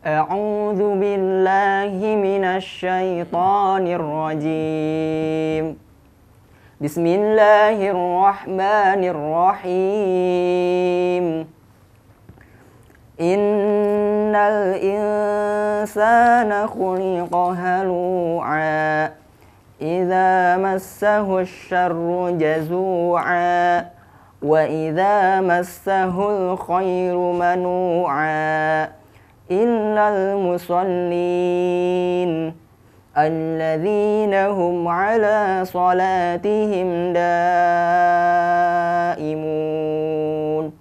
A'udzu billahi minasy syaithanir rajim. Bismillahirrahmanirrahim. Innal insana khuliqa halu'a idza massahu asy-syarru jazu'a wa idza massahu al-khairu manu'a illal musallin alladzina hum ala salatihim daimun.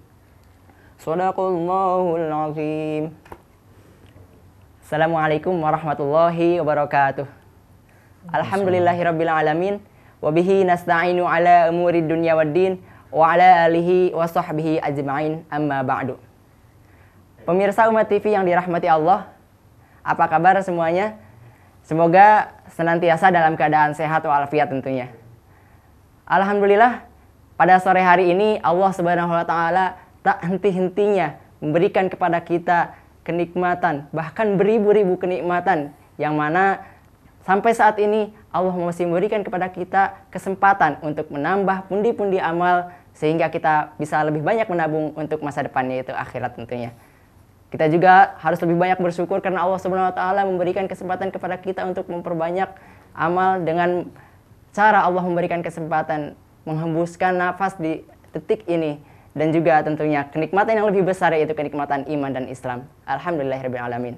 Shadaqallahul azim. Assalamualaikum warahmatullahi wabarakatuh. Alhamdulillahirabbil alamin wa bihi nasta'inu ala umuri dunya waddin wa ala alihi wa sahbihi ajma'in, amma ba'du. Pemirsa Umat TV yang dirahmati Allah, apa kabar semuanya? Semoga senantiasa dalam keadaan sehat walafiat tentunya. Alhamdulillah, pada sore hari ini Allah Subhanahu wa taala tak henti-hentinya memberikan kepada kita kenikmatan, bahkan beribu-ribu kenikmatan, yang mana sampai saat ini Allah masih memberikan kepada kita kesempatan untuk menambah pundi-pundi amal sehingga kita bisa lebih banyak menabung untuk masa depannya, yaitu akhirat tentunya. Kita juga harus lebih banyak bersyukur karena Allah Subhanahu wa taala memberikan kesempatan kepada kita untuk memperbanyak amal dengan cara Allah memberikan kesempatan menghembuskan nafas di detik ini, dan juga tentunya kenikmatan yang lebih besar, yaitu kenikmatan iman dan Islam. Alhamdulillahirabbil alamin.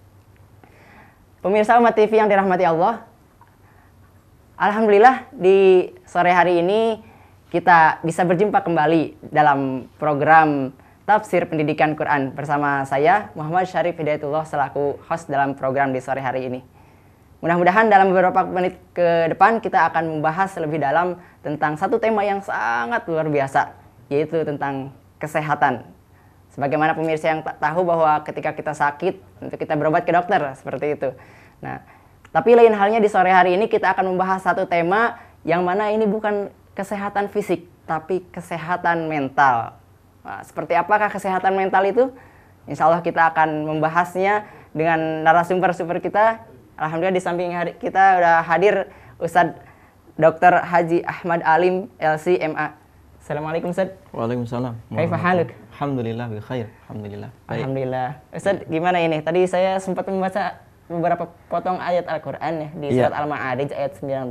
Pemirsa Umat TV yang dirahmati Allah, alhamdulillah di sore hari ini kita bisa berjumpa kembali dalam program Tafsir Pendidikan Quran bersama saya Muhammad Syarif Hidayatullah selaku host dalam program di sore hari ini. Mudah-mudahan dalam beberapa menit ke depan kita akan membahas lebih dalam tentang satu tema yang sangat luar biasa, yaitu tentang kesehatan. Sebagaimana pemirsa yang tahu bahwa ketika kita sakit tentu kita berobat ke dokter, seperti itu. Nah, tapi lain halnya di sore hari ini kita akan membahas satu tema yang mana ini bukan kesehatan fisik, tapi kesehatan mental. Nah, seperti apakah kesehatan mental itu? Insya Allah kita akan membahasnya dengan narasumber kita. Alhamdulillah di samping kita sudah hadir Ustadz Dr. Haji Ahmad Alim LC MA. Assalamualaikum Ustadz. Waalaikumsalam. Kaifa haluk? Alhamdulillah bi khair. Alhamdulillah. Baik. Alhamdulillah. Ustadz, gimana ini? Tadi saya sempat membaca beberapa potong ayat Al-Qur'an ya di surat Al-Ma'arij ayat 19.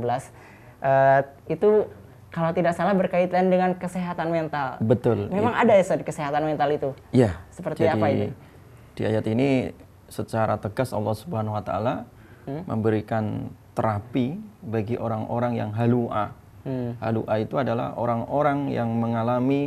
Itu kalau tidak salah berkaitan dengan kesehatan mental. Betul. Memang ada ya kesehatan mental itu? Iya. Seperti apa ini? Di ayat ini secara tegas Allah Subhanahu wa taala memberikan terapi bagi orang-orang yang halu'a. Halu'a itu adalah orang-orang yang mengalami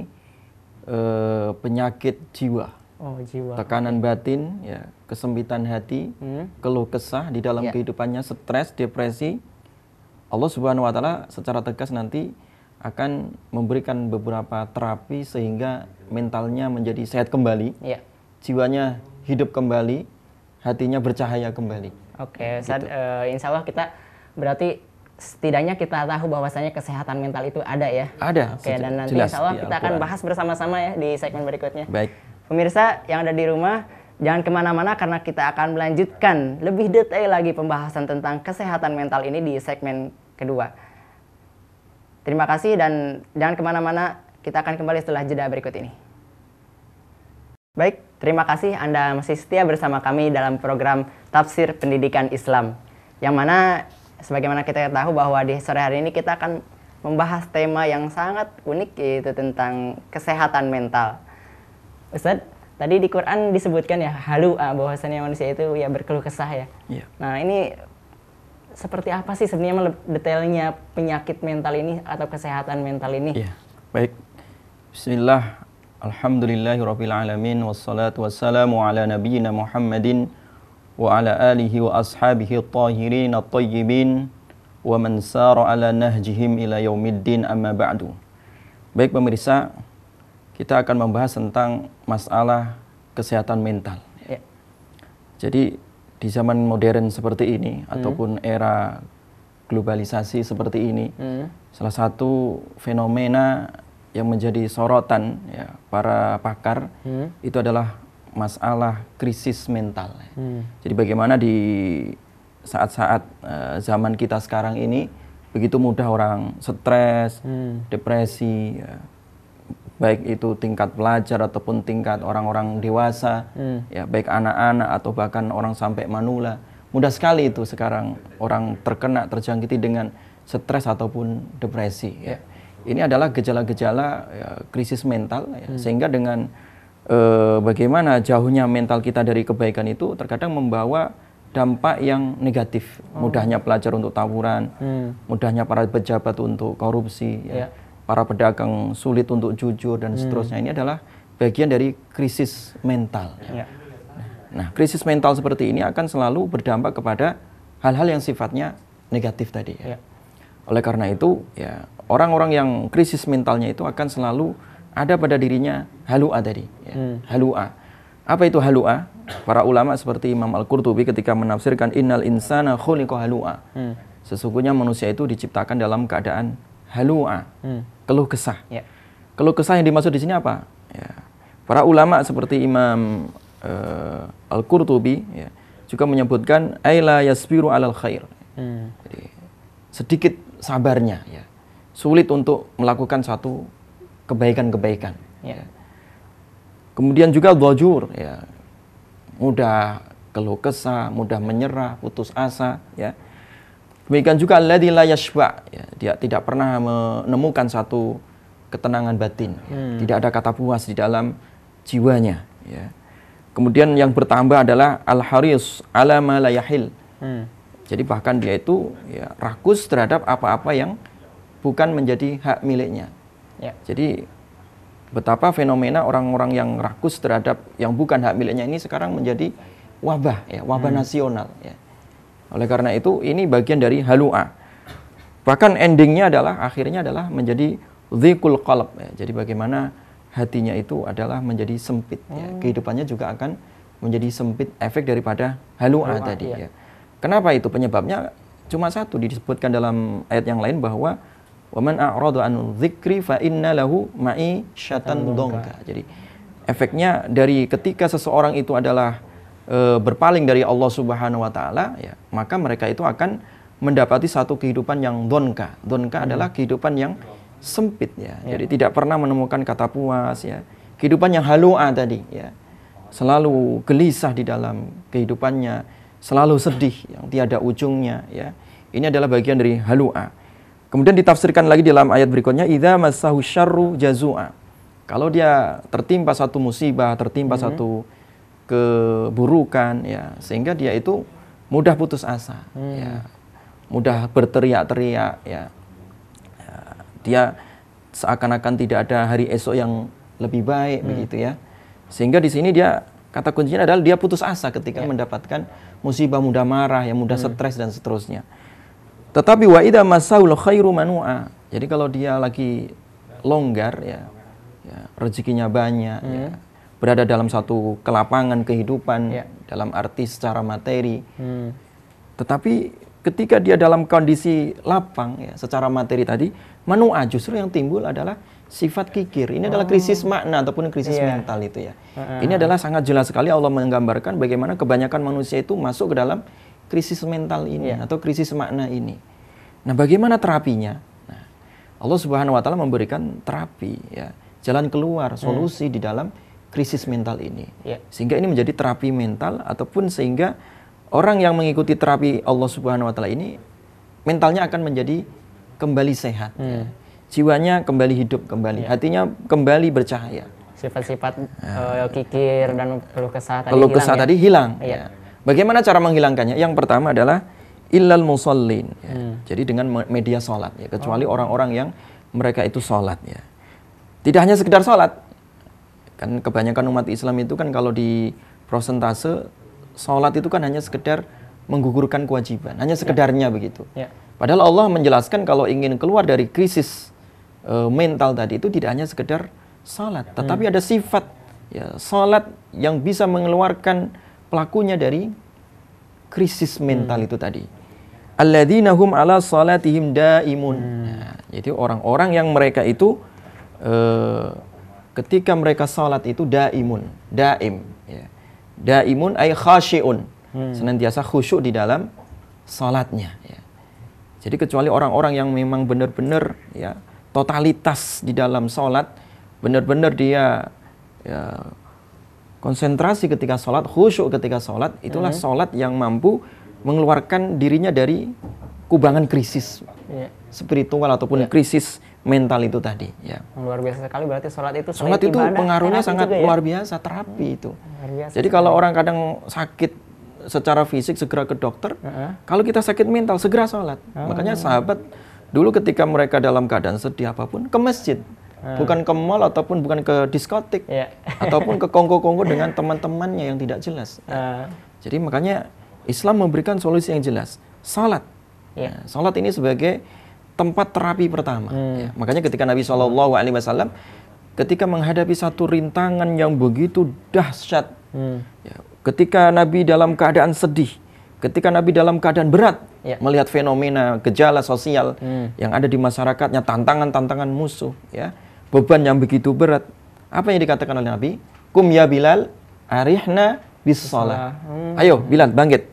penyakit jiwa. Oh, jiwa. Tekanan batin, ya, kesempitan hati, keluh kesah di dalam kehidupannya, stres, depresi. Allah Subhanahu wa taala secara tegas nanti akan memberikan beberapa terapi sehingga mentalnya menjadi sehat kembali, jiwanya hidup kembali, hatinya bercahaya kembali. Oke, Ustadz, insya Allah kita berarti setidaknya kita tahu bahwasanya kesehatan mental itu ada ya. Ada. Oke, dan nanti insya Allah kita akan bahas bersama-sama ya di segmen berikutnya. Baik. Pemirsa yang ada di rumah, jangan kemana-mana karena kita akan melanjutkan lebih detail lagi pembahasan tentang kesehatan mental ini di segmen kedua. Terima kasih dan jangan kemana-mana, kita akan kembali setelah jeda berikut ini. Baik, terima kasih Anda masih setia bersama kami dalam program Tafsir Pendidikan Islam. Yang mana, sebagaimana kita tahu bahwa di sore hari ini kita akan membahas tema yang sangat unik, yaitu tentang kesehatan mental. Ustadz, tadi di Quran disebutkan ya, halu'a, bahwasannya manusia itu ya berkeluh kesah ya. Nah, ini seperti apa sih sebenarnya detailnya penyakit mental ini atau kesehatan mental ini? Baik. Bismillah. Alhamdulillahirabbil alamin wassalatu wassalamu ala nabiyyina Muhammadin wa ala alihi wa ashabihi at-tahirin at-tayyibin wa man sara ala nahjihim ila yaumiddin, amma ba'du. Baik pemirsa, kita akan membahas tentang masalah kesehatan mental. Jadi di zaman modern seperti ini ataupun era globalisasi seperti ini, salah satu fenomena yang menjadi sorotan ya para pakar itu adalah masalah krisis mental. Jadi bagaimana di saat-saat zaman kita sekarang ini begitu mudah orang stres, depresi, ya, baik itu tingkat pelajar ataupun tingkat orang-orang dewasa, ya baik anak-anak atau bahkan orang sampai manula. Mudah sekali itu sekarang orang terjangkiti dengan stres ataupun depresi. Ya. Ini adalah gejala-gejala ya, krisis mental, ya. Sehingga dengan bagaimana jauhnya mental kita dari kebaikan itu terkadang membawa dampak yang negatif. Mudahnya pelajar untuk tawuran, mudahnya para pejabat untuk korupsi, ya. Para pedagang sulit untuk jujur dan seterusnya. Ini adalah bagian dari krisis mental. Ya. Nah, krisis mental seperti ini akan selalu berdampak kepada hal-hal yang sifatnya negatif tadi. Ya. Oleh karena itu, ya orang-orang yang krisis mentalnya itu akan selalu ada pada dirinya halu'a tadi. Ya. Halu'a. Apa itu halu'a? Para ulama seperti Imam Al-Qurtubi ketika menafsirkan innal insana khuliqa halu'a. Sesungguhnya manusia itu diciptakan dalam keadaan halu'a, keluh kesah. Ya. Keluh kesah yang dimaksud di sini apa? Ya. Para ulama seperti Imam Al-Qurtubi ya, juga menyebutkan aila yasbiru alal khair. Jadi, sedikit sabarnya, ya. Sulit untuk melakukan satu kebaikan-kebaikan. Ya. Kemudian juga dhajur, ya. Mudah keluh kesah, mudah menyerah, putus asa, ya. Demikian juga alladzi la yashba, ya. Dia tidak pernah menemukan satu ketenangan batin, ya. Tidak ada kata puas di dalam jiwanya, ya. Kemudian yang bertambah adalah al-haris ala ma la yahil. Jadi bahkan dia itu ya, rakus terhadap apa-apa yang bukan menjadi hak miliknya. Ya. Jadi betapa fenomena orang-orang yang rakus terhadap yang bukan hak miliknya ini sekarang menjadi wabah, ya, wabah nasional. Ya. Oleh karena itu ini bagian dari halu'a. Bahkan endingnya adalah akhirnya adalah menjadi dzikul qalb. Ya. Jadi bagaimana hatinya itu adalah menjadi sempit. Ya. Kehidupannya juga akan menjadi sempit efek daripada halu'a tadi. Ya. Kenapa itu penyebabnya? Cuma satu disebutkan dalam ayat yang lain bahwa waman a'rada an dzikri fa inna lahu ma'isyatan dhanka. Jadi efeknya dari ketika seseorang itu adalah berpaling dari Allah Subhanahu wa taala, ya, maka mereka itu akan mendapati satu kehidupan yang dhanka. Dhanka adalah kehidupan yang sempit, ya. Jadi tidak pernah menemukan kata puas, ya. Kehidupan yang halu'a tadi, ya. Selalu gelisah di dalam kehidupannya, selalu sedih yang tiada ujungnya, ya. Ini adalah bagian dari halu'a. Kemudian ditafsirkan lagi dalam ayat berikutnya idza massahu syarru jazua. Kalau dia tertimpa satu musibah, tertimpa satu keburukan, ya, sehingga dia itu mudah putus asa, ya. Mudah berteriak-teriak, ya. Dia seakan-akan tidak ada hari esok yang lebih baik, begitu, ya. Sehingga di sini dia kata kuncinya adalah dia putus asa ketika mendapatkan musibah, mudah marah, yang mudah stres dan seterusnya. Tetapi wa idza masaul khairu manu'a. Jadi kalau dia lagi longgar, ya rezekinya banyak, ya, berada dalam satu kelapangan kehidupan, dalam arti secara materi. Tetapi ketika dia dalam kondisi lapang, ya, secara materi tadi, manu'a, justru yang timbul adalah sifat kikir. Ini adalah krisis makna ataupun krisis mental itu, ya. Ini adalah sangat jelas sekali Allah menggambarkan bagaimana kebanyakan manusia itu masuk ke dalam krisis mental ini atau krisis makna ini. Nah, bagaimana terapinya? Nah, Allah Subhanahu wa taala memberikan terapi, ya, jalan keluar, solusi di dalam krisis mental ini. Sehingga ini menjadi terapi mental ataupun sehingga orang yang mengikuti terapi Allah Subhanahu wa taala ini mentalnya akan menjadi kembali sehat, ya. Jiwanya kembali hidup kembali, hatinya kembali bercahaya. Sifat-sifat kikir dan keluh kesah tadi hilang, ya. Bagaimana cara menghilangkannya? Yang pertama adalah illal musallin, ya. Jadi dengan media sholat, ya. Kecuali orang-orang yang mereka itu sholat, ya. Tidak hanya sekedar sholat. Kan kebanyakan umat Islam itu kan kalau di prosentase sholat itu kan hanya sekedar menggugurkan kewajiban, hanya sekedarnya begitu. Padahal Allah menjelaskan kalau ingin keluar dari krisis mental tadi itu tidak hanya sekedar sholat, tetapi ada sifat, ya, sholat yang bisa mengeluarkan pelakunya dari krisis mental itu tadi. Alladzina hum ala salatihim daimun. Nah, jadi orang-orang yang mereka itu ketika mereka sholat itu daim, ya. Daimun ay khasyi'un. Senantiasa khusyuk di dalam salatnya, ya. Jadi kecuali orang-orang yang memang benar-benar ya totalitas di dalam salat, benar-benar dia ya, konsentrasi ketika salat, khusyuk ketika salat, itulah salat yang mampu mengeluarkan dirinya dari kubangan krisis spiritual ataupun krisis mental itu tadi, ya. Luar biasa sekali berarti salat itu Pengaruhnya sangat luar biasa, terapi itu. Jadi kalau orang kadang sakit secara fisik segera ke dokter, kalau kita sakit mental segera sholat. Makanya sahabat dulu ketika mereka dalam keadaan sedih apapun ke masjid, bukan ke mall ataupun bukan ke diskotik, ataupun ke kongko-kongko dengan teman-temannya yang tidak jelas. Jadi makanya Islam memberikan solusi yang jelas, sholat. Sholat ini sebagai tempat terapi pertama. Makanya ketika Nabi SAW ketika menghadapi satu rintangan yang begitu dahsyat, ketika Nabi dalam keadaan sedih, ketika Nabi dalam keadaan berat, melihat fenomena gejala sosial yang ada di masyarakatnya, tantangan-tantangan musuh, ya, beban yang begitu berat, apa yang dikatakan oleh Nabi? Kum ya Bilal, arihna bis shalah. Ayo Bilal, bangkit.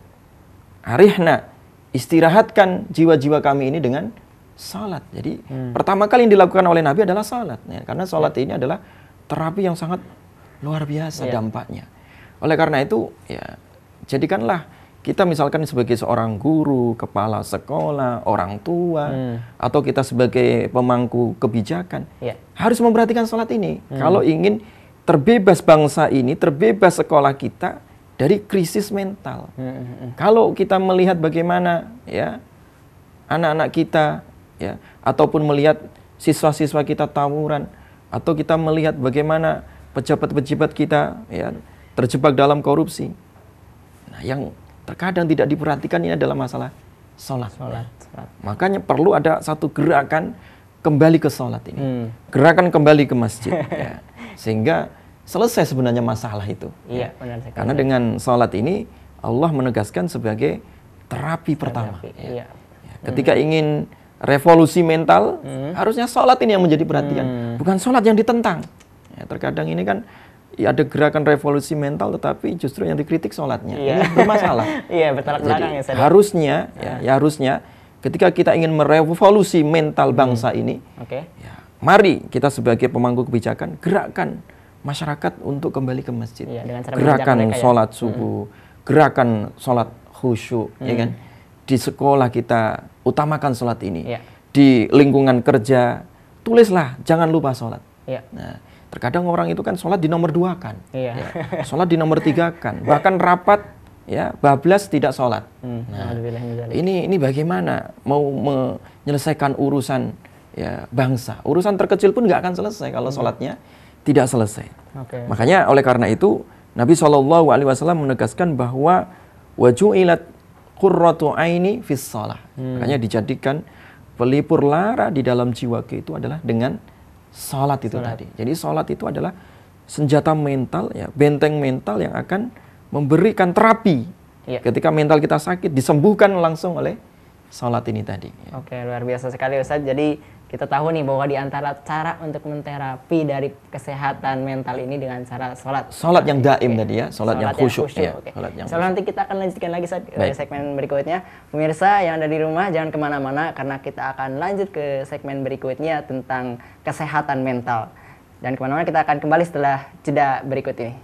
Arihna, istirahatkan jiwa-jiwa kami ini dengan salat. Jadi pertama kali yang dilakukan oleh Nabi adalah salat, ya, karena salat ini adalah terapi yang sangat luar biasa dampaknya. Oleh karena itu, ya, jadikanlah kita misalkan sebagai seorang guru, kepala sekolah, orang tua, atau kita sebagai pemangku kebijakan, harus memperhatikan sholat ini. Kalau ingin terbebas bangsa ini, terbebas sekolah kita dari krisis mental. Kalau kita melihat bagaimana ya anak-anak kita, ya, ataupun melihat siswa-siswa kita tawuran, atau kita melihat bagaimana pejabat-pejabat kita, ya, terjebak dalam korupsi. Nah, yang terkadang tidak diperhatikan ini adalah masalah sholat. Makanya perlu ada satu gerakan kembali ke sholat ini. Gerakan kembali ke masjid. Ya. Sehingga selesai sebenarnya masalah itu. Iya, benar sekali. Karena dengan sholat ini, Allah menegaskan sebagai terapi pertama. Ya. Ketika ingin revolusi mental, harusnya sholat ini yang menjadi perhatian. Bukan sholat yang ditentang. Ya, terkadang ini kan ya, ada gerakan revolusi mental, tetapi justru yang dikritik sholatnya. Ini bermasalah. Bertolak belakang ya. Harusnya, harusnya ketika kita ingin merevolusi mental bangsa ini, ya, mari kita sebagai pemangku kebijakan gerakkan masyarakat untuk kembali ke masjid. Dengan cara gerakan sholat subuh, gerakan sholat khusyuk, ya kan? Di sekolah kita utamakan sholat ini. Di lingkungan kerja, tulislah jangan lupa sholat. Nah, terkadang orang itu kan sholat di nomor 2 kan, ya, sholat di nomor 3 kan, bahkan rapat, ya, bablas tidak sholat. Nah, ini bagaimana mau menyelesaikan urusan, ya, bangsa? Urusan terkecil pun nggak akan selesai kalau sholatnya tidak selesai. Makanya oleh karena itu Nabi SAW menegaskan bahwa waju'ilat qurratu aini fis shalah. Makanya dijadikan pelipur lara di dalam jiwaku itu adalah dengan salat itu tadi. Jadi salat itu adalah senjata mental, ya, benteng mental yang akan memberikan terapi. Ketika mental kita sakit, disembuhkan langsung oleh salat ini tadi. Luar biasa sekali Ustadz. Jadi kita tahu nih bahwa di antara cara untuk menterapi dari kesehatan mental ini dengan cara salat. Salat yang daim tadi ya, salat yang khusyuk. Nanti kita akan lanjutkan lagi segmen berikutnya. Pemirsa yang ada di rumah jangan kemana-mana karena kita akan lanjut ke segmen berikutnya tentang kesehatan mental. Dan kemana-mana kita akan kembali setelah jeda berikut ini.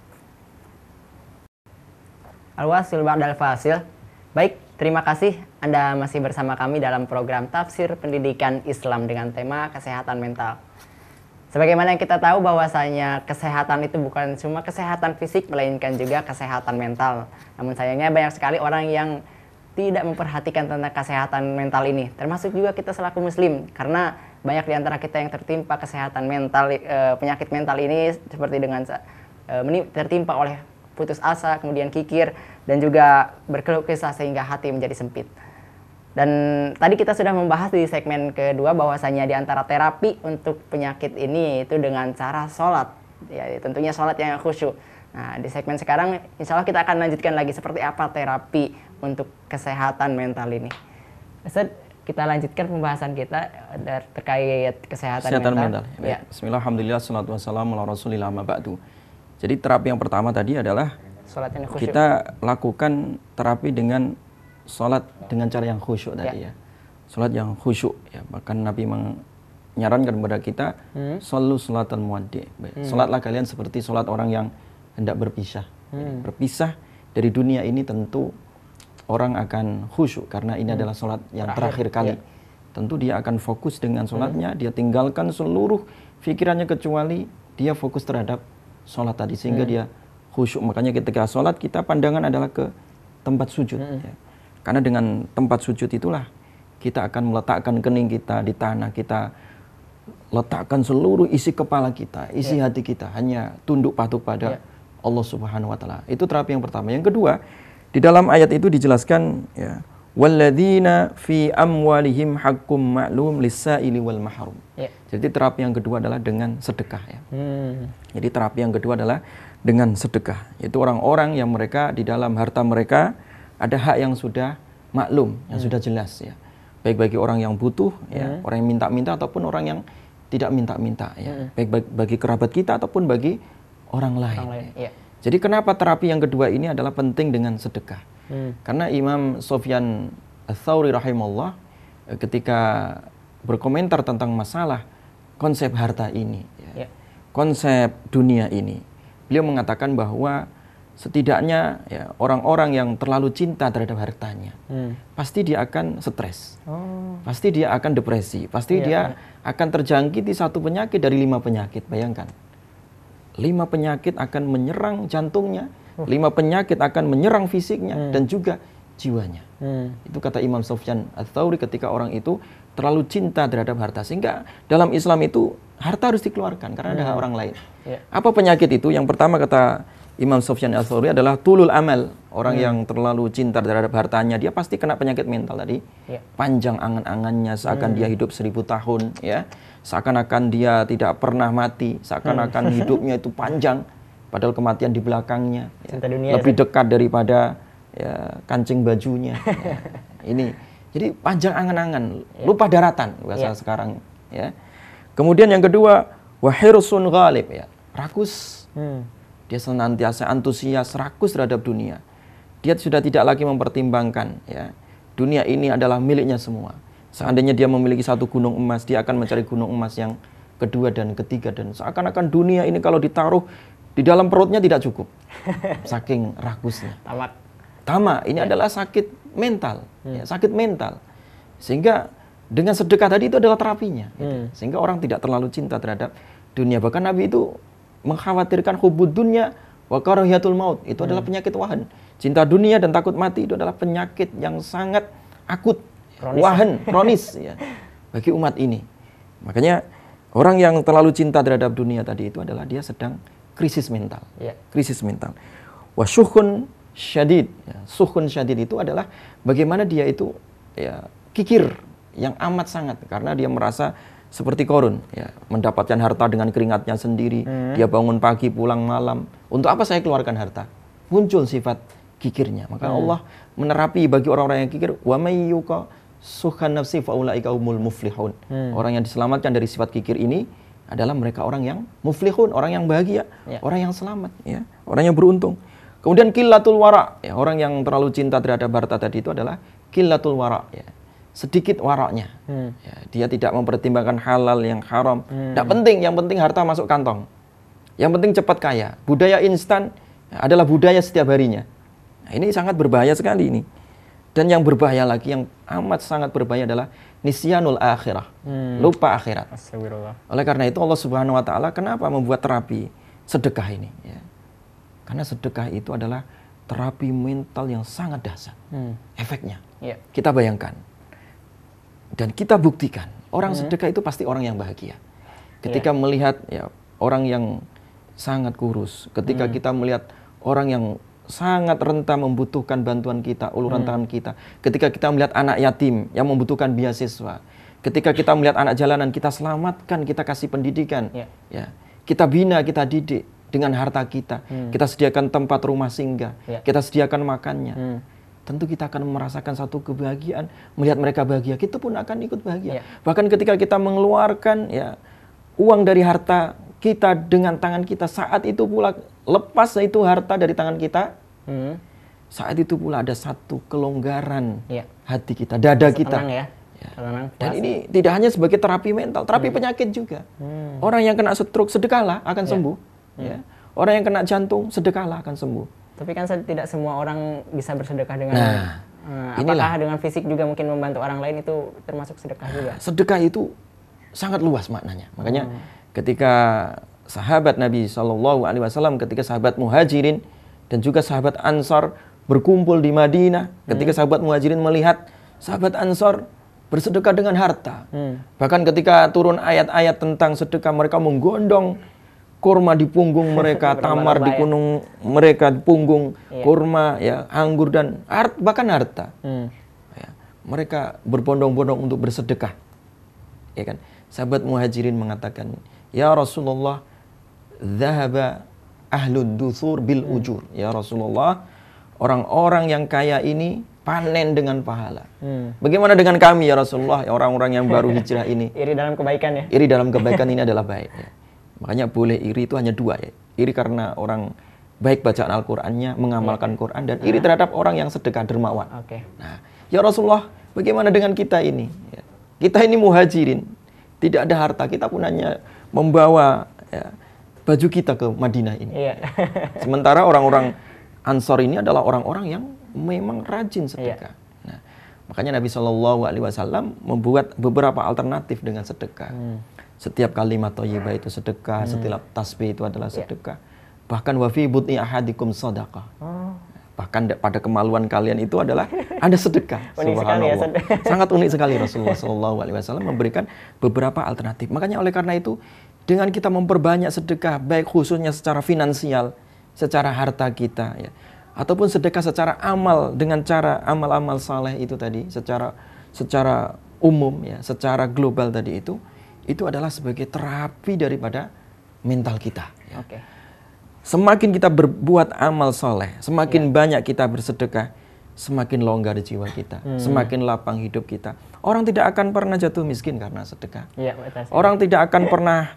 Al-Wasil ba'dal fasil. Baik, terima kasih Anda masih bersama kami dalam program Tafsir Pendidikan Islam dengan tema kesehatan mental. Sebagaimana yang kita tahu bahwasanya kesehatan itu bukan cuma kesehatan fisik, melainkan juga kesehatan mental. Namun sayangnya banyak sekali orang yang tidak memperhatikan tentang kesehatan mental ini. Termasuk juga kita selaku muslim, karena banyak di antara kita yang tertimpa kesehatan mental, penyakit mental ini seperti dengan tertimpa oleh putus asa, kemudian kikir, dan juga berkeluh kesah sehingga hati menjadi sempit. Dan tadi kita sudah membahas di segmen kedua bahwasanya di antara terapi untuk penyakit ini itu dengan cara sholat. Ya, tentunya sholat yang khusyuk. Nah, di segmen sekarang insya Allah kita akan lanjutkan lagi seperti apa terapi untuk kesehatan mental ini. Ustaz, kita lanjutkan pembahasan kita terkait kesehatan mental. Ya. Bismillah, alhamdulillah, salatu wassalamu ala rasulillah ma ba'du. Jadi terapi yang pertama tadi adalah Sholatnya khusyuk. Kita lakukan terapi dengan sholat dengan cara yang khusyuk tadi ya. Sholat yang khusyuk ya. Bahkan Nabi menyarankan kepada kita, shollu sholatal muwaddi'. Sholatlah kalian seperti sholat orang yang hendak berpisah. Berpisah dari dunia ini tentu orang akan khusyuk karena ini adalah sholat yang terakhir kali. Tentu dia akan fokus dengan sholatnya, dia tinggalkan seluruh pikirannya kecuali dia fokus terhadap sholat tadi sehingga dia khusyuk. Makanya ketika sholat kita pandangan adalah ke tempat sujud. Ya. Karena dengan tempat sujud itulah kita akan meletakkan kening kita di tanah, kita letakkan seluruh isi kepala kita, isi hati kita hanya tunduk patuh pada Allah Subhanahu wa taala. Itu terapi yang pertama. Yang kedua, di dalam ayat itu dijelaskan ya, walladzina fi amwalihim haqqum ma'lum lis-sa'ili wal mahrum. Jadi terapi yang kedua adalah dengan sedekah ya. Jadi terapi yang kedua adalah dengan sedekah. Itu orang-orang yang mereka di dalam harta mereka ada hak yang sudah maklum, yang sudah jelas ya. Baik bagi orang yang butuh ya, orang yang minta-minta ataupun orang yang tidak minta-minta ya. Baik bagi kerabat kita ataupun bagi orang lain. Jadi kenapa terapi yang kedua ini adalah penting dengan sedekah? Karena Imam Sufyan Ats-Tsauri rahimahullah ketika berkomentar tentang masalah konsep harta ini, konsep dunia ini, beliau mengatakan bahwa setidaknya ya, orang-orang yang terlalu cinta terhadap hartanya, pasti dia akan stres, pasti dia akan depresi, pasti dia akan terjangkiti satu penyakit dari 5 penyakit. Bayangkan, 5 penyakit akan menyerang jantungnya, 5 penyakit akan menyerang fisiknya dan juga jiwanya. Itu kata Imam Sufyan Ats-Tsauri ketika orang itu terlalu cinta terhadap harta. Sehingga dalam Islam itu harta harus dikeluarkan karena ada hak orang lain. Apa penyakit itu? Yang pertama kata Imam Sufyan Ats-Tsauri adalah tulul amal. Orang yang terlalu cinta terhadap hartanya, dia pasti kena penyakit mental tadi. Panjang angan-angannya, seakan dia hidup 1000 tahun ya. Seakan-akan dia tidak pernah mati, seakan-akan hidupnya itu panjang, padahal kematian di belakangnya ya. Lebih dekat daripada ya, kancing bajunya ya. Ini jadi panjang angan-angan, lupa daratan bahasa sekarang ya. Kemudian yang kedua, wahirsun ghalib ya, rakus. Dia senantiasa antusias, rakus terhadap dunia. Dia sudah tidak lagi mempertimbangkan ya, dunia ini adalah miliknya semua. Seandainya dia memiliki 1 gunung emas, dia akan mencari gunung emas yang kedua dan ketiga, dan seakan-akan dunia ini kalau ditaruh di dalam perutnya tidak cukup. Saking rakusnya. Tamak. Ini adalah sakit mental, ya, sakit mental. Sehingga dengan sedekah tadi itu adalah terapinya. Gitu. Sehingga orang tidak terlalu cinta terhadap dunia. Bahkan Nabi itu mengkhawatirkan hubud dunya wa karahiyatul maut. Itu adalah penyakit wahan. Cinta dunia dan takut mati itu adalah penyakit yang sangat akut. Wahan, kronis ya, bagi umat ini. Makanya orang yang terlalu cinta terhadap dunia tadi itu adalah dia sedang krisis mental. Krisis mental. Wa syukhun syadid. Ya, syukhun syadid itu adalah bagaimana dia itu ya, kikir yang amat sangat karena dia merasa seperti Qarun ya, mendapatkan harta dengan keringatnya sendiri. Dia bangun pagi, pulang malam. Untuk apa saya keluarkan harta? Muncul sifat kikirnya. Maka Allah menerapi bagi orang-orang yang kikir, wa may yuqa suhan nafsi faulaika humul muflihun. Orang yang diselamatkan dari sifat kikir ini adalah mereka orang yang muflihun, orang yang bahagia, orang yang selamat ya, orang yang beruntung. Kemudian qillatul wara, ya, orang yang terlalu cinta terhadap harta tadi itu adalah qillatul wara ya. Sedikit waraknya. Ya, dia tidak mempertimbangkan halal yang haram. Tidak penting, yang penting harta masuk kantong. Yang penting cepat kaya. Budaya instan adalah budaya setiap harinya. Nah, ini sangat berbahaya sekali ini. Dan yang berbahaya lagi, yang amat sangat berbahaya adalah nisyanul akhirah. Lupa akhirat. Oleh karena itu Allah Subhanahu wa taala kenapa membuat terapi sedekah ini ya. Karena sedekah itu adalah terapi mental yang sangat dahsyat. Efeknya. Kita bayangkan. Dan kita buktikan, orang sedekah itu pasti orang yang bahagia. Ketika melihat ya, orang yang sangat kurus, ketika kita melihat orang yang sangat rentan membutuhkan bantuan kita, uluran tangan kita. Ketika kita melihat anak yatim yang membutuhkan beasiswa. Ketika kita melihat anak jalanan, kita selamatkan, kita kasih pendidikan. Ya. Kita bina, kita didik dengan harta kita. Kita sediakan tempat rumah singgah. Kita sediakan makannya. Tentu kita akan merasakan satu kebahagiaan. Melihat mereka bahagia, kita pun akan ikut bahagia. Bahkan ketika kita mengeluarkan ya, uang dari harta kita dengan tangan kita, saat itu pula lepas itu harta dari tangan kita, saat itu pula ada satu kelonggaran hati kita, dada kita. Tenang ya. Tenang, dan ini tidak hanya sebagai terapi mental, terapi penyakit juga. Orang yang kena stroke sedekahlah akan sembuh. Ya. Orang yang kena jantung sedekahlah akan sembuh. Tapi kan tidak semua orang bisa bersedekah dengan apakah dengan fisik juga mungkin membantu orang lain itu termasuk sedekah juga? Sedekah itu sangat luas maknanya. Makanya ketika sahabat Nabi SAW, ketika sahabat Muhajirin dan juga sahabat Ansar berkumpul di Madinah, ketika sahabat Muhajirin melihat sahabat Ansar bersedekah dengan harta. Bahkan ketika turun ayat-ayat tentang sedekah, mereka menggondong kurma di punggung mereka, tamar di punggung mereka, di punggung kurma, ya, anggur dan bahkan harta. Ya, mereka berbondong-bondong untuk bersedekah. Ya kan? Sahabat Muhajirin mengatakan, "Ya Rasulullah, dhahaba ahlud duthur bil ujur." Ya Rasulullah, orang-orang yang kaya ini panen dengan pahala. Bagaimana dengan kami ya Rasulullah, orang-orang yang baru hijrah ini? Iri dalam kebaikan ya? Iri dalam kebaikan ini adalah baik. Ya. Makanya boleh iri itu hanya dua ya. Iri karena orang baik bacaan Al-Qur'annya, mengamalkan Quran, dan iri terhadap orang yang sedekah dermawan. Nah, ya Rasulullah, bagaimana dengan kita ini? Ya. Kita ini Muhajirin, tidak ada harta, kita pun hanya membawa baju kita ke Madinah ini. Sementara orang-orang Ansor ini adalah orang-orang yang memang rajin sedekah. Nah, makanya Nabi SAW membuat beberapa alternatif dengan sedekah. Setiap kalimat thayyibah itu sedekah, setiap tasbih itu adalah sedekah. Bahkan wa fi butni ahadikum shadaqah. Bahkan pada kemaluan kalian itu adalah ada sedekah. Subhanallah. Sangat unik sekali Rasulullah SAW memberikan beberapa alternatif. Makanya oleh karena itu, dengan kita memperbanyak sedekah, baik khususnya secara finansial, secara harta kita, ya, ataupun sedekah secara amal dengan cara amal-amal saleh itu tadi, secara umum, ya, secara global tadi itu adalah sebagai terapi daripada mental kita. Ya. Semakin kita berbuat amal soleh, semakin banyak kita bersedekah, semakin longgar jiwa kita, semakin lapang hidup kita. Orang tidak akan pernah jatuh miskin karena sedekah. Orang tidak akan pernah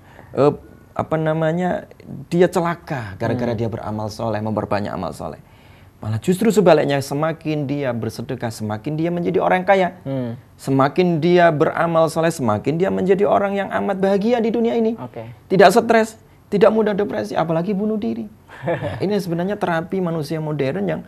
dia celaka gara-gara dia beramal soleh, memperbanyak amal soleh. Malah justru sebaliknya, semakin dia bersedekah, semakin dia menjadi orang yang kaya. Semakin dia beramal soleh, semakin dia menjadi orang yang amat bahagia di dunia ini. Tidak stres, tidak mudah depresi, apalagi bunuh diri. Nah, ini sebenarnya terapi manusia modern yang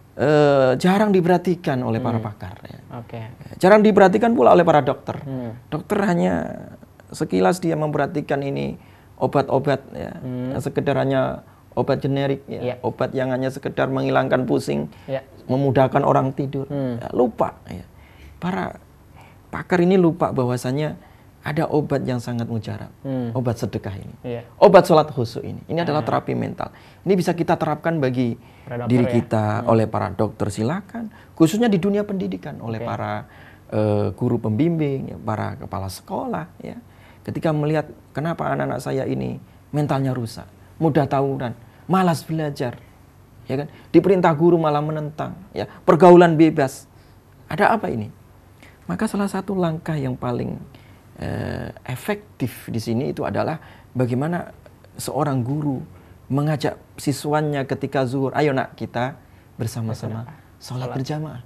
jarang diperhatikan oleh para pakar. Ya. Jarang diperhatikan pula oleh para dokter. Dokter hanya sekilas dia memperhatikan ini obat-obat, ya, sekedar hanya obat generik, ya, obat yang hanya sekedar menghilangkan pusing, memudahkan orang tidur. Ya, lupa. Ya. Para pakar ini lupa bahwasannya ada obat yang sangat mujarab, obat sedekah ini, obat sholat khusyuk ini. Ini adalah terapi mental. Ini bisa kita terapkan bagi diri kita, oleh para dokter, silakan. Khususnya di dunia pendidikan, oleh para guru pembimbing, ya, para kepala sekolah. Ya. Ketika melihat kenapa anak-anak saya ini mentalnya rusak, mudah tawuran, malas belajar, ya kan? Diperintah guru malah menentang, ya, pergaulan bebas. Ada apa ini? Maka salah satu langkah yang paling efektif di sini itu adalah bagaimana seorang guru mengajak siswanya ketika zuhur, ayo nak kita bersama-sama sholat berjamaah.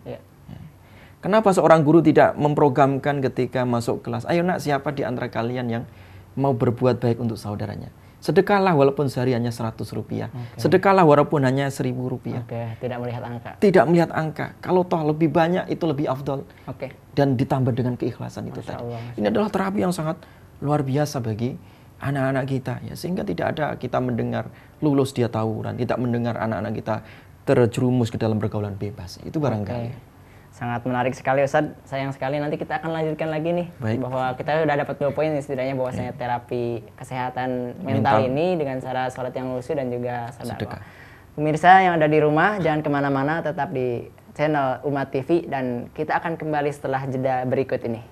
Kenapa seorang guru tidak memprogramkan ketika masuk kelas, ayo nak, siapa di antara kalian yang mau berbuat baik untuk saudaranya? Sedekahlah walaupun sehari hanya 100 rupiah. Sedekahlah walaupun hanya 1.000 rupiah. Tidak melihat angka. Tidak melihat angka. Kalau toh lebih banyak itu lebih afdol. Dan ditambah dengan keikhlasan itu tadi. Ini adalah terapi yang sangat luar biasa bagi anak-anak kita. Ya, sehingga tidak ada kita mendengar lulus dia tawuran. Tidak mendengar anak-anak kita terjerumus ke dalam pergaulan bebas. Itu barangkali. Sangat menarik sekali Ustadz. Sayang sekali nanti kita akan lanjutkan lagi nih. Bahwa kita sudah dapat 2 poin setidaknya, bahwasanya terapi kesehatan mental ini dengan cara sholat yang khusyuk dan juga sedekah. Pemirsa yang ada di rumah, jangan kemana-mana, tetap di channel Umat TV dan kita akan kembali setelah jeda berikut ini.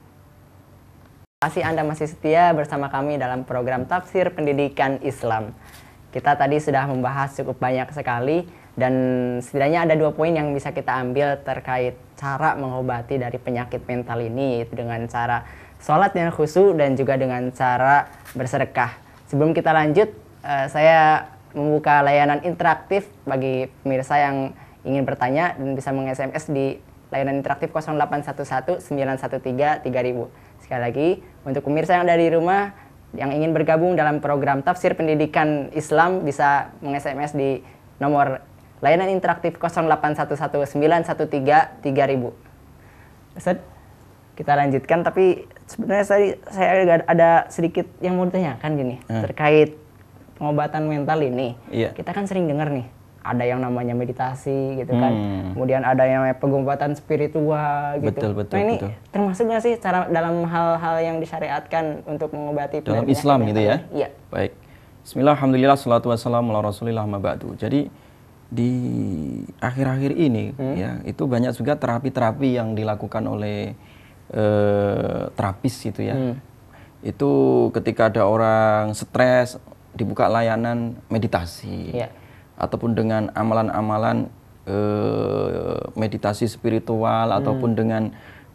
Terima kasih Anda masih setia bersama kami dalam program Tafsir Pendidikan Islam. Kita tadi sudah membahas cukup banyak sekali. Dan setidaknya ada 2 poin yang bisa kita ambil terkait cara mengobati dari penyakit mental ini, yaitu dengan cara sholat yang khusyuk dan juga dengan cara bersedekah. Sebelum kita lanjut, saya membuka layanan interaktif bagi pemirsa yang ingin bertanya dan bisa meng-SMS di layanan interaktif 0811 913 3000. Sekali lagi, untuk pemirsa yang ada di rumah yang ingin bergabung dalam program Tafsir Pendidikan Islam bisa meng-SMS di nomor layanan interaktif 0811 913 3000. Ustaz, kita lanjutkan, tapi sebenarnya saya ada sedikit yang mau tanyakan gini, terkait pengobatan mental ini. Kita kan sering dengar nih, ada yang namanya meditasi gitu kan, kemudian ada yang namanya pengobatan spiritual gitu. Betul, nah ini termasuk nggak sih cara dalam hal-hal yang disyariatkan untuk mengobati dalam Islam gitu ya? Iya. Baik. Bismillah, alhamdulillah, salatu wassalamu ala rasulillah ma ba'du. Jadi di akhir-akhir ini ya, itu banyak juga terapi-terapi yang dilakukan oleh terapis gitu ya. Itu ketika ada orang stres, dibuka layanan meditasi. Ataupun dengan amalan-amalan meditasi spiritual, ataupun dengan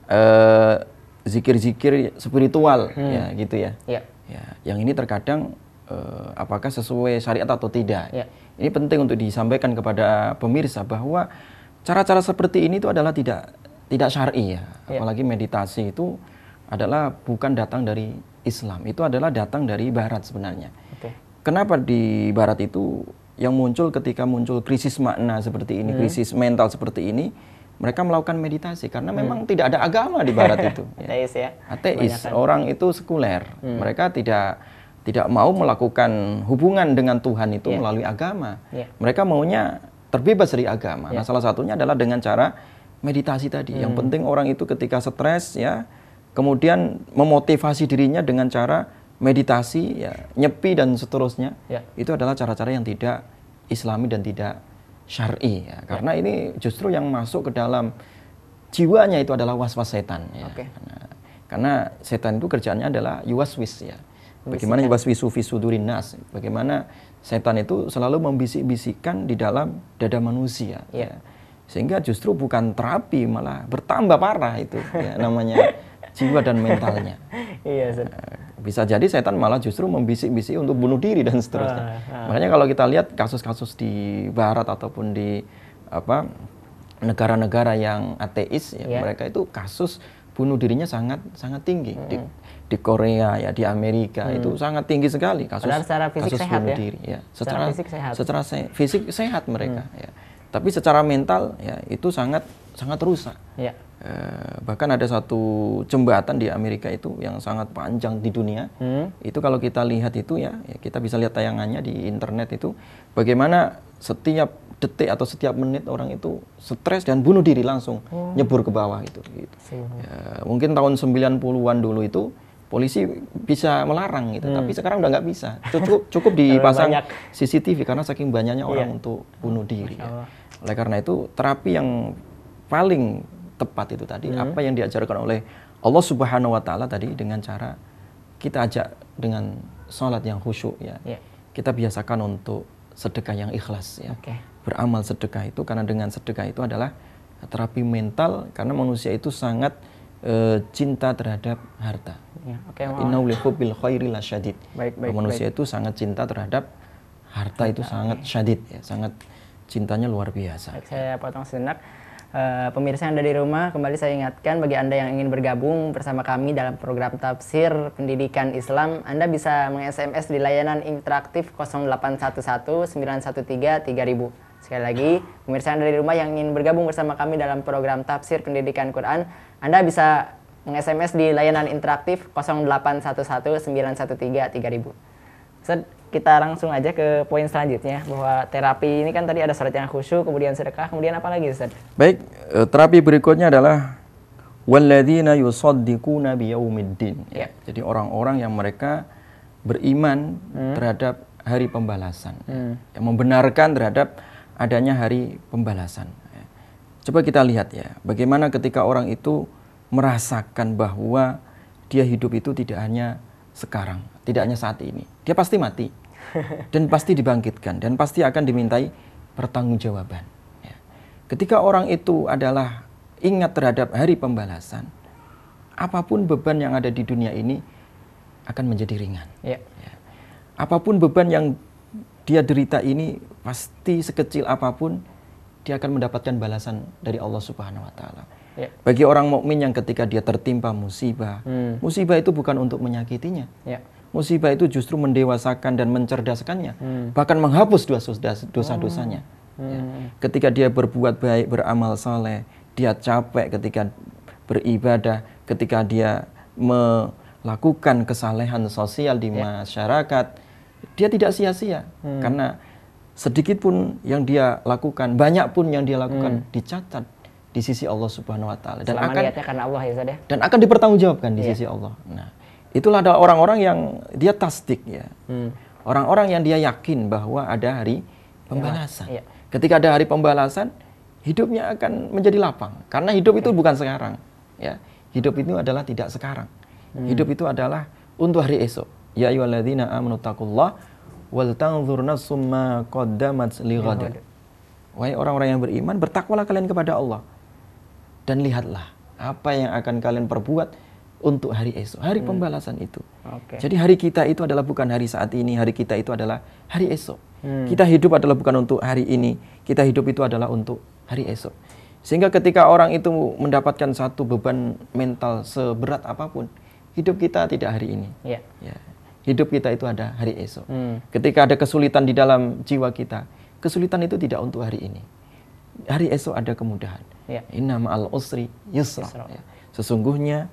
zikir-zikir spiritual ya gitu ya. Ya, yang ini terkadang apakah sesuai syariat atau tidak. Ini penting untuk disampaikan kepada pemirsa bahwa cara-cara seperti ini itu adalah tidak syar'i ya. Apalagi meditasi itu adalah bukan datang dari Islam, itu adalah datang dari Barat sebenarnya. Kenapa di Barat itu yang muncul ketika muncul krisis makna seperti ini, krisis mental seperti ini, mereka melakukan meditasi karena memang tidak ada agama di Barat itu. Ateis ya. Ateis, orang itu sekuler. Mereka tidak mau melakukan hubungan dengan Tuhan itu melalui agama. Mereka maunya terbebas dari agama. Nah, salah satunya adalah dengan cara meditasi tadi. Yang penting orang itu ketika stres ya, kemudian memotivasi dirinya dengan cara meditasi, ya, nyepi dan seterusnya, itu adalah cara-cara yang tidak Islami dan tidak syar'i. Ya. Karena ini justru yang masuk ke dalam jiwanya itu adalah was-was setan. Ya. Karena setan itu kerjaannya adalah yuwaswis ya. Bagaimana yuwaswisu fi sudurin nas? Bagaimana setan itu selalu membisik-bisikkan di dalam dada manusia. Ya. Sehingga justru bukan terapi, malah bertambah parah itu ya, namanya jiwa dan mentalnya. Bisa jadi setan malah justru membisik-bisik untuk bunuh diri dan seterusnya. Makanya kalau kita lihat kasus-kasus di Barat ataupun di negara-negara yang ateis, ya, mereka itu kasus bunuh dirinya sangat tinggi. Di Korea ya, di Amerika itu sangat tinggi sekali kasus bunuh diri. Ya. Secara fisik sehat mereka. Ya. Tapi secara mental ya itu sangat rusak. Bahkan ada satu jembatan di Amerika itu yang sangat panjang di dunia. Itu kalau kita lihat itu ya kita bisa lihat tayangannya di internet itu bagaimana setiap detik atau setiap menit orang itu stres dan bunuh diri langsung nyebur ke bawah itu. Gitu. Ya, mungkin tahun 90-an dulu itu polisi bisa melarang gitu, tapi sekarang udah nggak bisa. Cukup dipasang CCTV karena saking banyaknya orang untuk bunuh diri. Ya. Oleh karena itu terapi yang paling tepat itu tadi apa yang diajarkan oleh Allah Subhanahu wa taala tadi dengan cara kita ajak dengan salat yang khusyuk ya. Kita biasakan untuk sedekah yang ikhlas ya. Beramal sedekah itu karena dengan sedekah itu adalah terapi mental karena manusia itu sangat cinta terhadap harta. Innahu lihubbil khairi lasyadid. Manusia itu sangat cinta terhadap harta itu sangat syadid ya, sangat cintanya luar biasa. Saya potong sejenak. Pemirsa yang ada di rumah, kembali saya ingatkan bagi Anda yang ingin bergabung bersama kami dalam program Tafsir Pendidikan Islam, Anda bisa meng-SMS di layanan interaktif 0811 913 3000. Sekali lagi, pemirsa yang ada di rumah yang ingin bergabung bersama kami dalam program Tafsir Pendidikan Quran, Anda bisa meng-SMS di layanan interaktif 0811 913 3000. Ustaz, kita langsung aja ke poin selanjutnya, bahwa terapi ini kan tadi ada salat yang khusyuk, kemudian sedekah, kemudian apa lagi Ustaz? Baik, terapi berikutnya adalah walladzina yusaddiquna biyaumiddin. Ya. Jadi orang-orang yang mereka beriman terhadap hari pembalasan, yang membenarkan terhadap adanya hari pembalasan. Ya. Coba kita lihat ya, bagaimana ketika orang itu merasakan bahwa dia hidup itu tidak hanya sekarang, tidak hanya saat ini. Dia pasti mati dan pasti dibangkitkan dan pasti akan dimintai pertanggungjawaban. Ya. Ketika orang itu adalah ingat terhadap hari pembalasan, apapun beban yang ada di dunia ini akan menjadi ringan. Ya. Apapun beban yang dia derita ini pasti sekecil apapun dia akan mendapatkan balasan dari Allah Subhanahu wa taala. Ya. Bagi orang mukmin yang ketika dia tertimpa musibah, musibah itu bukan untuk menyakitinya. Ya. Musibah itu justru mendewasakan dan mencerdaskannya, bahkan menghapus dosa-dosanya. Ya. Ketika dia berbuat baik, beramal saleh, dia capek ketika beribadah, ketika dia melakukan kesalehan sosial di masyarakat, dia tidak sia-sia karena sedikit pun yang dia lakukan, banyak pun yang dia lakukan dicatat di sisi Allah Subhanahu wa taala dan akan niatnya karena Allah ya Ustaz ya. Dan akan dipertanggungjawabkan di sisi Allah. Nah, itulah ada orang-orang yang dia tasdik ya. Orang-orang yang dia yakin bahwa ada hari pembalasan. Ya. Ketika ada hari pembalasan, hidupnya akan menjadi lapang karena hidup itu bukan sekarang ya. Hidup itu adalah tidak sekarang. Hidup itu adalah untuk hari esok. Ya ayyuhalladzina amanu taqullaha wal tanzur nafsum ma qaddamat lighad. Wahai orang-orang yang beriman, bertakwalah kalian kepada Allah dan lihatlah apa yang akan kalian perbuat untuk hari esok, hari pembalasan itu. Jadi hari kita itu adalah bukan hari saat ini, hari kita itu adalah hari esok. Kita hidup adalah bukan untuk hari ini, kita hidup itu adalah untuk hari esok. Sehingga ketika orang itu mendapatkan satu beban mental seberat apapun, hidup kita tidak hari ini. Ya. Hidup kita itu ada hari esok. Ketika ada kesulitan di dalam jiwa kita, kesulitan itu tidak untuk hari ini. Hari esok ada kemudahan. Inna ma'al usri yusra. Ya. Sesungguhnya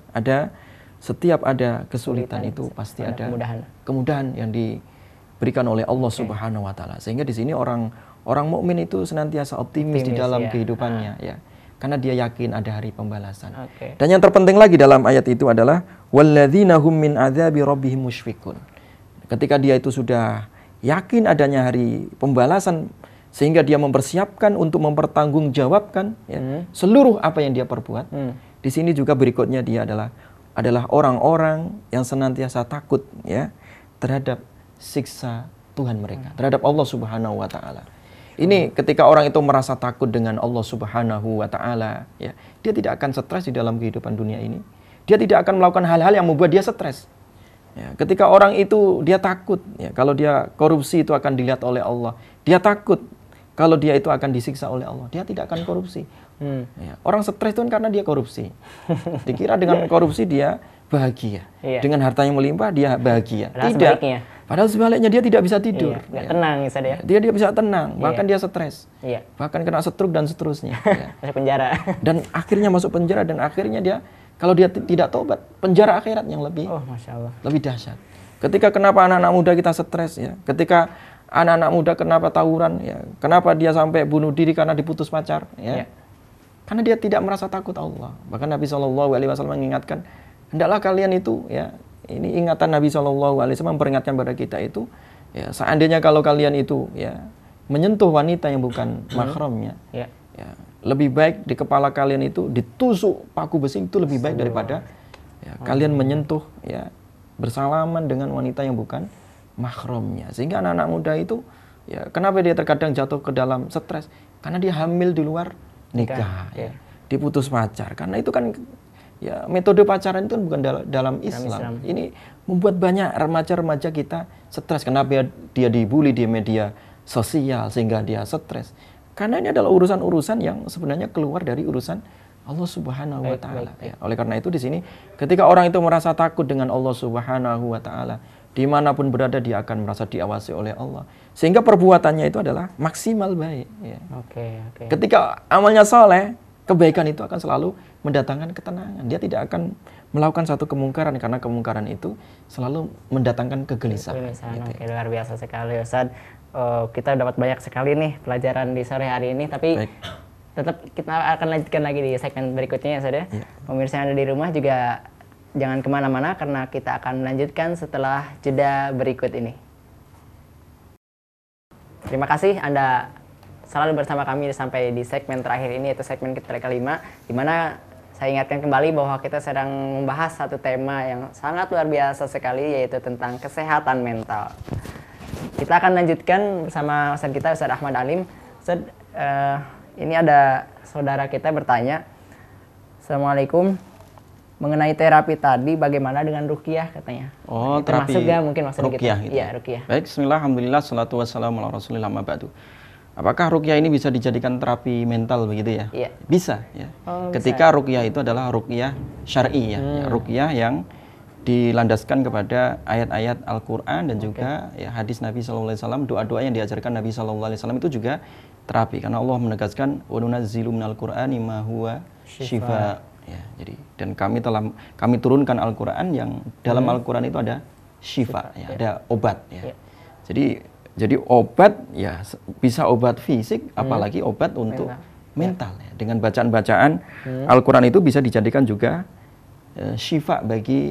setiap ada kesulitan itu pasti ada kemudahan yang diberikan oleh Allah Subhanahu wa taala. Sehingga di sini orang mukmin itu senantiasa optimis di dalam kehidupannya ya. Karena dia yakin ada hari pembalasan. Dan yang terpenting lagi dalam ayat itu adalah walladzina hum min adzabi rabbihim musyfiqun. Ketika dia itu sudah yakin adanya hari pembalasan sehingga dia mempersiapkan untuk mempertanggungjawabkan ya, seluruh apa yang dia perbuat. Di sini juga berikutnya dia adalah orang-orang yang senantiasa takut ya terhadap siksa Tuhan mereka, terhadap Allah Subhanahu wa taala. Ini ketika orang itu merasa takut dengan Allah Subhanahu wa taala ya, dia tidak akan stres di dalam kehidupan dunia ini. Dia tidak akan melakukan hal-hal yang membuat dia stres. Ya, ketika orang itu dia takut ya, kalau dia korupsi itu akan dilihat oleh Allah. Dia takut kalau dia itu akan disiksa oleh Allah. Dia tidak akan korupsi. Ya, orang stres itu kan karena dia korupsi. Dikira dengan korupsi dia bahagia. Dengan harta yang melimpah dia bahagia. Tidak. Padahal sebaliknya dia tidak bisa tidur. Tenang ya. Dia bisa tenang, bahkan dia stres. Bahkan kena stroke dan seterusnya. Masuk penjara. Dan akhirnya masuk penjara dan akhirnya dia kalau dia tidak tobat, penjara akhirat yang lebih lebih dahsyat. Ketika kenapa anak-anak muda kita stres ya? Ketika anak-anak muda kenapa tawuran ya? Kenapa dia sampai bunuh diri karena diputus pacar ya? Karena dia tidak merasa takut Allah. Bahkan Nabi SAW mengingatkan, hendaklah kalian itu ya, ini ingatan Nabi SAW memperingatkan pada kita itu, ya, seandainya kalau kalian itu ya menyentuh wanita yang bukan mahramnya, ya, lebih baik di kepala kalian itu ditusuk paku besi itu lebih baik daripada ya, kalian menyentuh ya bersalaman dengan wanita yang bukan mahramnya. Sehingga anak-anak muda itu ya kenapa dia terkadang jatuh ke dalam stres? Karena dia hamil di luar nikah, ya. Diputus pacar. Karena itu kan ya metode pacaran itu kan bukan dalam Islam. Ini membuat banyak remaja-remaja kita stres. Kenapa dia dibully di media sosial sehingga dia stres? Karena ini adalah urusan-urusan yang sebenarnya keluar dari urusan Allah Subhanahu wa taala. Ya, oleh karena itu di sini ketika orang itu merasa takut dengan Allah Subhanahu wa taala, dimanapun berada dia akan merasa diawasi oleh Allah. Sehingga perbuatannya itu adalah maksimal baik. Ya. Ketika amalnya soleh, kebaikan itu akan selalu mendatangkan ketenangan. Dia tidak akan melakukan satu kemungkaran karena kemungkaran itu selalu mendatangkan kegelisahan. Gitu. Luar biasa sekali Ustaz. Kita dapat banyak sekali nih pelajaran di sore hari ini, tapi tetap kita akan lanjutkan lagi di segmen berikutnya ya Ustaz ya. Pemirsa yang ada di rumah juga jangan kemana-mana karena kita akan lanjutkan setelah jeda berikut ini. Terima kasih Anda selalu bersama kami sampai di segmen terakhir ini, yaitu segmen kita kelima, di mana saya ingatkan kembali bahwa kita sedang membahas satu tema yang sangat luar biasa sekali, yaitu tentang kesehatan mental. Kita akan lanjutkan bersama Ustaz kita, Ustaz Ahmad Alim. Ustaz, ini ada saudara kita bertanya, Assalamualaikum, mengenai terapi tadi, bagaimana dengan ruqyah katanya? Oh, itu terapi masuk nggak mungkin maksudnya ruqyah gitu? gitu. Iya, ruqyah. Baik, bismillah, alhamdulillah, salatu wassalamu ala rasulillah, ma ba'du. Apakah ruqyah ini bisa dijadikan terapi mental begitu ya? Iya. Bisa ya. Oh, Ketika ruqyah itu adalah ruqyah syar'i ya, ruqyah yang dilandaskan kepada ayat-ayat Al-Qur'an dan juga ya hadis Nabi sallallahu alaihi wasallam, doa-doa yang diajarkan Nabi sallallahu alaihi wasallam itu juga terapi karena Allah menegaskan wa nunazzilu minal qur'ani ma huwa syifa. Ya, jadi dan kami turunkan Al-Qur'an yang dalam Al-Qur'an itu ada syifa ya, ada obat ya. Jadi obat ya bisa obat fisik apalagi obat untuk mental ya. Dengan bacaan-bacaan Al-Qur'an itu bisa dijadikan juga syifa bagi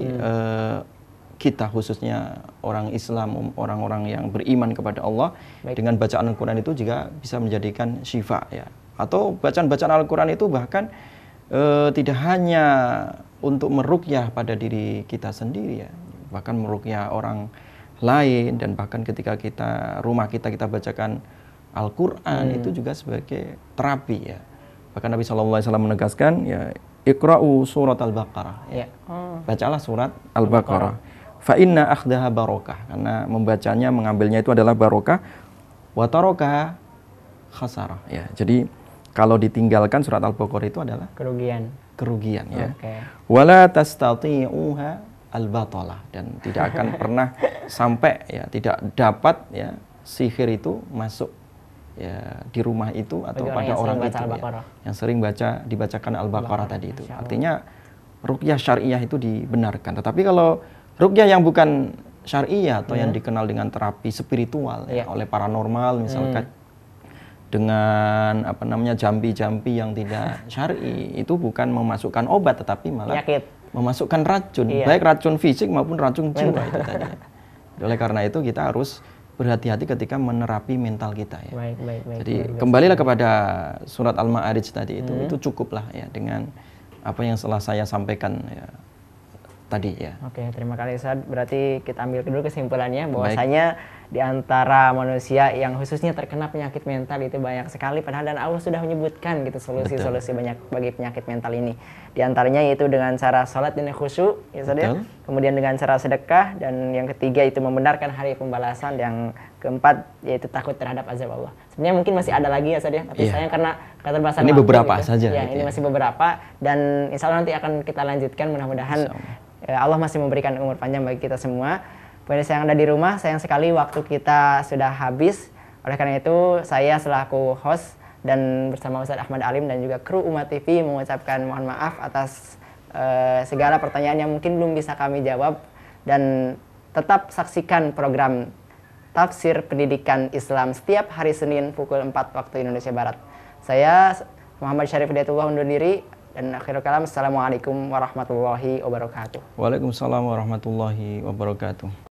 kita khususnya orang Islam, orang-orang yang beriman kepada Allah. Dengan bacaan Al-Qur'an itu juga bisa menjadikan syifa ya. Atau bacaan-bacaan Al-Qur'an itu bahkan tidak hanya untuk meruqyah pada diri kita sendiri ya, bahkan meruqyah orang lain dan bahkan ketika rumah kita bacakan Al-Qur'an itu juga sebagai terapi ya. Bahkan Nabi sallallahu alaihi wasallam menegaskan ya Iqra'u surat Al-Baqarah ya. Bacalah surat Al-Baqarah. Fa inna akhdaha barokah, karena membacanya mengambilnya itu adalah barokah, wa tarakaha khasarah ya. Jadi kalau ditinggalkan surat Al-Baqarah itu adalah kerugian ya. Wala tastati'uha al-batalah, dan tidak akan pernah sampai ya, tidak dapat ya sihir itu masuk ya di rumah itu atau pada orang itu ya, yang sering dibacakan Al-Baqarah tadi itu. Artinya ruqyah syariah itu dibenarkan. Tetapi kalau ruqyah yang bukan syariah atau yang dikenal dengan terapi spiritual ya, oleh paranormal misalkan dengan jampi-jampi yang tidak syar'i, itu bukan memasukkan obat tetapi malah memasukkan racun, baik racun fisik maupun racun jiwa itu tadi. Oleh karena itu kita harus berhati-hati ketika menerapi mental kita ya. Baik. Jadi kembalilah kepada surat Al-Ma'arij tadi itu cukuplah ya dengan apa yang telah saya sampaikan ya tadi ya. Oke, terima kasih Ustaz. Berarti kita ambil dulu kesimpulannya bahwasanya di antara manusia yang khususnya terkena penyakit mental itu banyak sekali, padahal dan Allah sudah menyebutkan gitu solusi-solusi banyak bagi penyakit mental ini. Di antaranya yaitu dengan cara salat dan khusyuk ya Ustaz ya. Kemudian dengan cara sedekah, dan yang ketiga itu membenarkan hari pembalasan, yang keempat yaitu takut terhadap azab Allah. Sebenarnya mungkin masih ada lagi ya Ustaz ya, tapi sayang karena keterbatasan ini beberapa gitu saja. Ya, ini masih beberapa, dan insya Allah nanti akan kita lanjutkan, mudah-mudahan Allah masih memberikan umur panjang bagi kita semua. Pemirsa yang ada di rumah, sayang sekali waktu kita sudah habis. Oleh karena itu, saya selaku host dan bersama Ustaz Ahmad Alim dan juga kru Umat TV mengucapkan mohon maaf atas segala pertanyaan yang mungkin belum bisa kami jawab. Dan tetap saksikan program Tafsir Pendidikan Islam setiap hari Senin pukul 4 waktu Indonesia Barat. Saya Muhammad Syarif Hidayatullah undur diri. Dan akhirul kalam, assalamualaikum warahmatullahi wabarakatuh. Waalaikumsalam warahmatullahi wabarakatuh.